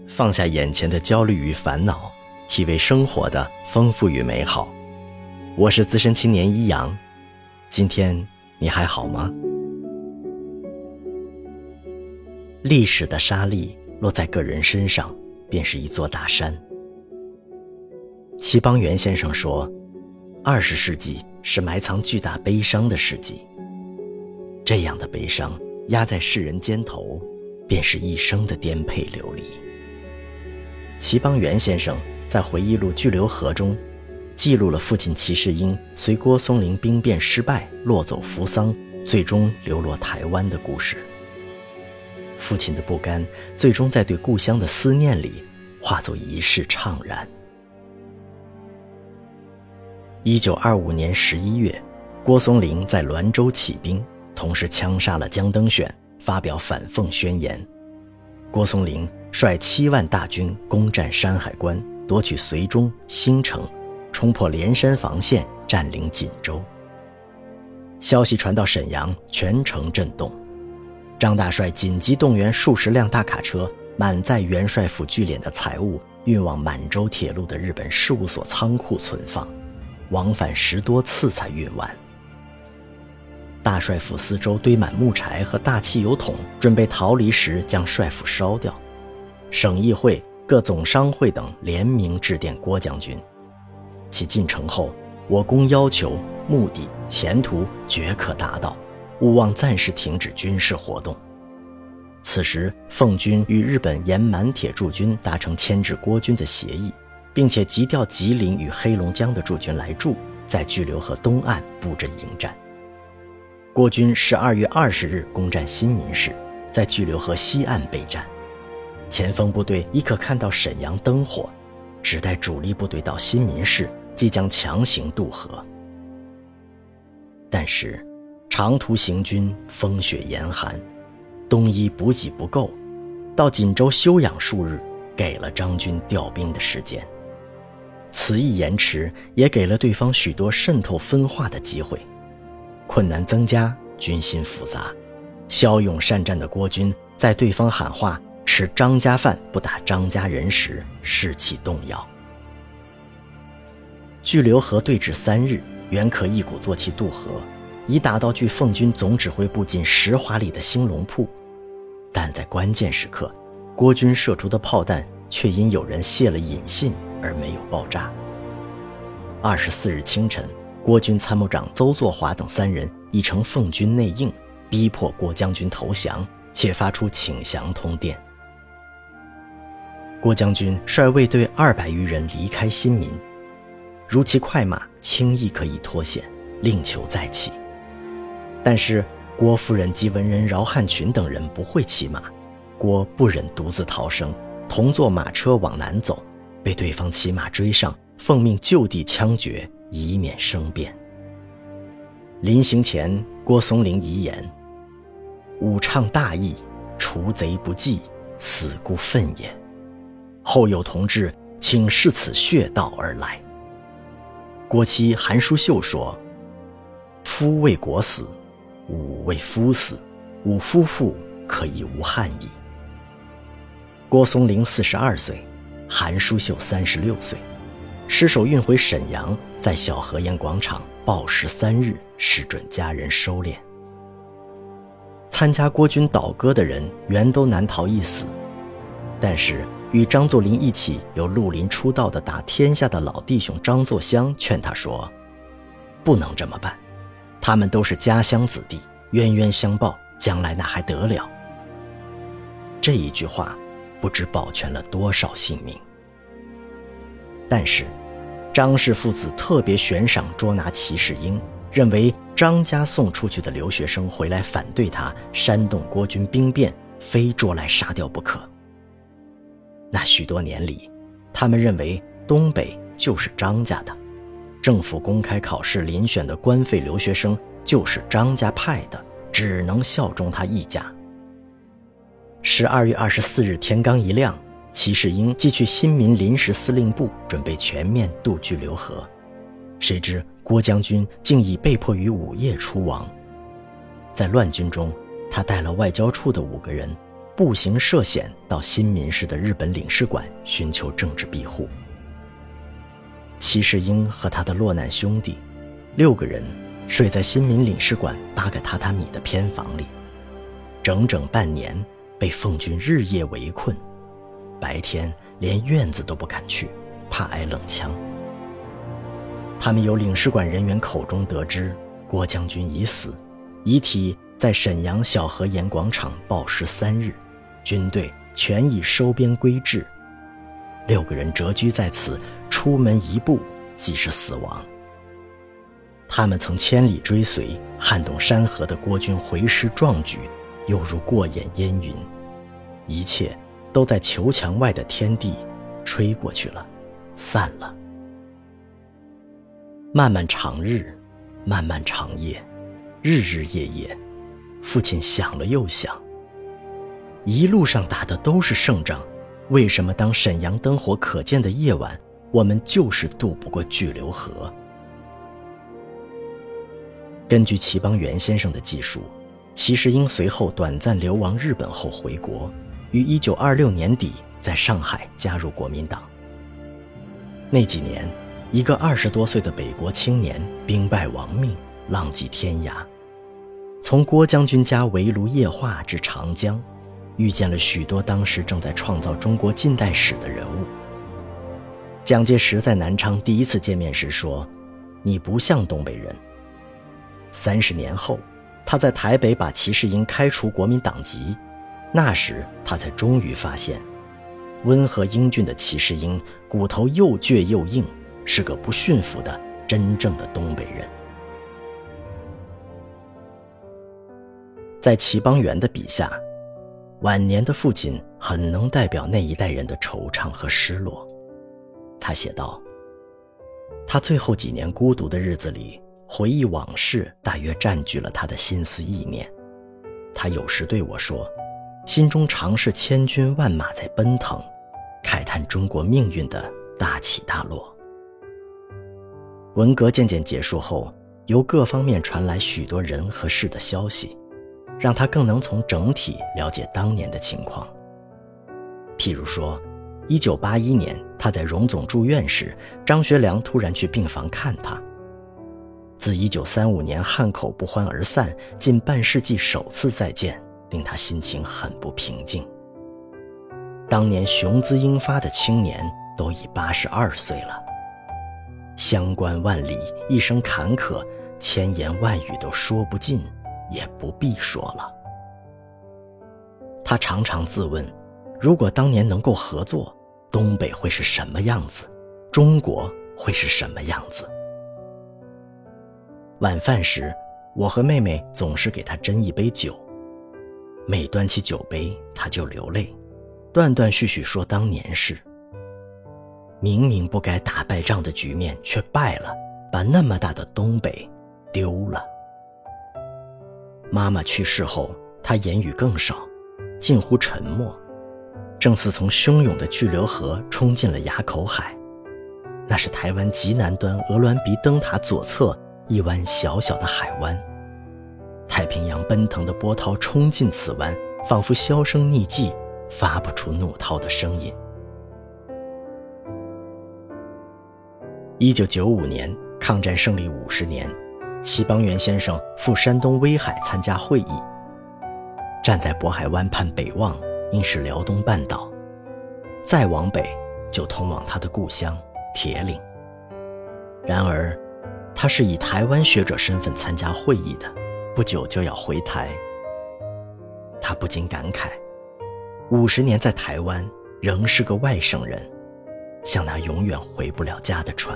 放下眼前的焦虑与烦恼，体味生活的丰富与美好。我是资深青年一阳，今天你还好吗？历史的沙粒落在个人身上，便是一座大山。齐邦媛先生说，20世纪是埋藏巨大悲伤的世纪，这样的悲伤压在世人肩头，便是一生的颠沛流离。齐邦媛先生在回忆录《巨流河》中记录了父亲齐世英随郭松龄兵变失败落走扶桑，最终流落台湾的故事。父亲的不甘最终在对故乡的思念里化作一世怅然。1925年11月，郭松龄在滦州起兵，同时枪杀了江登选，发表反奉宣言。郭松龄率7万大军攻占山海关，夺取绥中、兴城，冲破连山防线，占领锦州。消息传到沈阳，全城震动。张大帅紧急动员数十辆大卡车，满载元帅府聚敛的财物，运往满洲铁路的日本事务所仓库存放，往返10多次才运完。大帅府四周堆满木柴和大汽油桶，准备逃离时将帅府烧掉。省议会、各总商会等联名致电郭将军，其进城后，我公要求、目的、前途绝可达到，勿忘暂时停止军事活动。此时奉军与日本沿满铁驻军达成牵制郭军的协议，并且急调吉林与黑龙江的驻军来驻，在巨流河东岸布阵迎战。郭军12月20日攻占新民市，在巨流河西岸备战。前锋部队已可看到沈阳灯火，只待主力部队到新民市，即将强行渡河。但是长途行军，风雪严寒，冬衣补给不够，到锦州休养数日，给了张军调兵的时间。此一延迟也给了对方许多渗透分化的机会。困难增加，军心复杂，骁勇善战的郭军在对方喊话吃张家饭不打张家人时，士气动摇。巨流河对峙3日，原可一鼓作气渡河，已打到距奉军总指挥部近10华里的兴隆铺，但在关键时刻，郭军射出的炮弹却因有人泄了引信而没有爆炸。24日清晨，郭军参谋长邹作华等3人已乘奉军内应，逼迫郭将军投降，且发出请降通电。郭将军率卫队200余人离开新民，如其快马轻易可以脱险，另求再起。但是郭夫人及文人饶汉群等人不会骑马，郭不忍独自逃生，同坐马车往南走，被对方骑马追上，奉命就地枪决，以免生变。临行前，郭松龄遗言：武倡大义，除贼不计，死故愤也。后有同志，请视此血道而来。郭妻韩淑秀说：夫为国死，吾为夫死，吾夫妇可以无憾矣。郭松龄42岁，韩淑秀36岁，尸首运回沈阳，在小河沿广场暴尸3日，示准家人收敛。参加郭军倒戈的人原都难逃一死，但是与张作霖一起由绿林出道的打天下的老弟兄张作湘劝他说：不能这么办，他们都是家乡子弟，冤冤相报，将来那还得了。这一句话不知保全了多少性命。但是张氏父子特别悬赏捉拿齐世英，认为张家送出去的留学生回来反对他，煽动郭军兵变，非捉来杀掉不可。那许多年里，他们认为东北就是张家的，政府公开考试遴选的官费留学生就是张家派的，只能效忠他一家。12月24日天刚一亮，齐世英即去新民临时司令部，准备全面渡巨流河。谁知郭将军竟已被迫于午夜出亡。在乱军中，他带了外交处的5个人， 步行涉险到新民市的日本领事馆寻求政治庇护。戚世英和他的落难兄弟6个人睡在新民领事馆8个榻榻米的偏房里，整整半年被奉军日夜围困，白天连院子都不敢去，怕挨冷枪。他们由领事馆人员口中得知郭将军已死，遗体在沈阳小河沿广场暴尸3日，军队全已收编归置。6个人谪居在此，出门一步即是死亡。他们曾千里追随，撼动山河的郭军回师壮举，犹如过眼烟云，一切都在球墙外的天地吹过去了，散了。漫漫长日，漫漫长夜，日日夜夜，父亲想了又想，一路上打的都是胜仗，为什么当沈阳灯火可见的夜晚，我们就是渡不过巨流河？根据齐邦媛先生的记述，戚世英随后短暂流亡日本后回国，于1926年底在上海加入国民党。那几年，一个20多岁的北国青年兵败亡命，浪迹天涯，从郭将军家围炉夜话至长江，遇见了许多当时正在创造中国近代史的人物。蒋介石在南昌第一次见面时说：“你不像东北人。”30年后，他在台北把戚世英开除国民党籍，那时他才终于发现，温和英俊的戚世英骨头又倔又硬，是个不驯服的真正的东北人。在齐邦媛的笔下，晚年的父亲很能代表那一代人的惆怅和失落。他写道，他最后几年孤独的日子里，回忆往事大约占据了他的心思意念。他有时对我说，心中常是千军万马在奔腾，慨叹中国命运的大起大落。文革渐渐结束后，由各方面传来许多人和事的消息，让他更能从整体了解当年的情况。譬如说1981年他在荣总住院时，张学良突然去病房看他。自1935年汉口不欢而散，近半世纪首次再见，令他心情很不平静。当年雄姿英发的青年都已82岁了，相关万里，一生坎坷，千言万语都说不尽，也不必说了。他常常自问，如果当年能够合作，东北会是什么样子，中国会是什么样子。晚饭时，我和妹妹总是给他斟一杯酒，每端起酒杯他就流泪，断断续续说当年事。明明不该打败仗的局面却败了，把那么大的东北丢了。妈妈去世后，他言语更少，近乎沉默，正似从汹涌的巨流河冲进了垭口海。那是台湾极南端鹅銮鼻灯塔左侧一湾小小的海湾，太平洋奔腾的波涛冲进此湾，仿佛销声匿迹，发不出怒涛的声音。1995年，抗战胜利50年，齐邦媛先生赴山东威海参加会议。站在渤海湾畔北望，应是辽东半岛，再往北就通往他的故乡铁岭。然而他是以台湾学者身份参加会议的，不久就要回台。他不禁感慨，50年在台湾仍是个外省人，像那永远回不了家的船。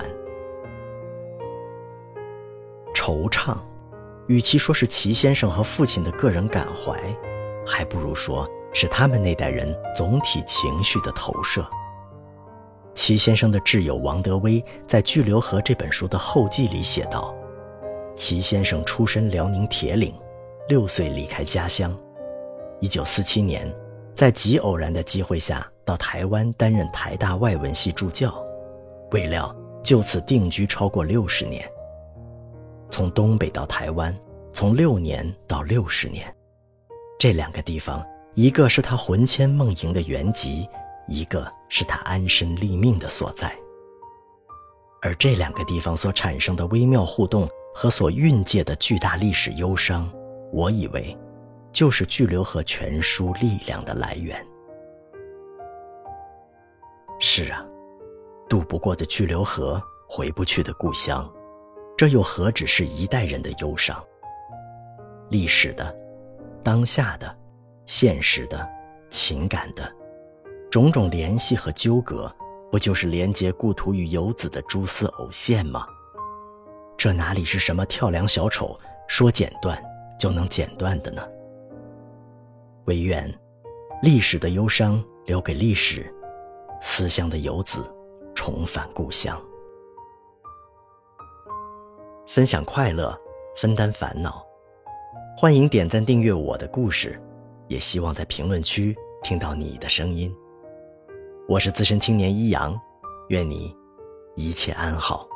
惆怅，与其说是齐先生和父亲的个人感怀，还不如说是他们那代人总体情绪的投射。齐先生的挚友王德威在《巨流河》这本书的后记里写道，齐先生出身辽宁铁岭，6岁离开家乡，1947年在极偶然的机会下到台湾担任台大外文系助教，未料就此定居超过60年。从东北到台湾，从6年到60年，这2个地方一个是他魂牵梦萦的原籍，一个是他安身立命的所在。而这两个地方所产生的微妙互动和所蕴藉的巨大历史忧伤，我以为就是巨流河全书力量的来源。是啊，渡不过的巨流河，回不去的故乡，这又何止是一代人的忧伤？历史的、当下的、现实的、情感的种种联系和纠葛，不就是连接故土与游子的蛛丝藕线吗？这哪里是什么跳梁小丑说剪断就能剪断的呢？唯愿历史的忧伤留给历史，思乡的游子重返故乡。分享快乐，分担烦恼，欢迎点赞订阅我的故事，也希望在评论区听到你的声音。我是资深青年一阳，愿你一切安好。